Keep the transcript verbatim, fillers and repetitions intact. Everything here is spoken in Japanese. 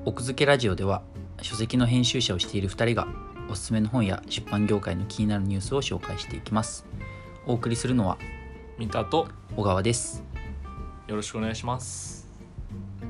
奥付けラジオでは書籍の編集者をしているふたりがおすすめの本や出版業界の気になるニュースを紹介していきます。お送りするのは三田と小川です。 よろしくお願いします。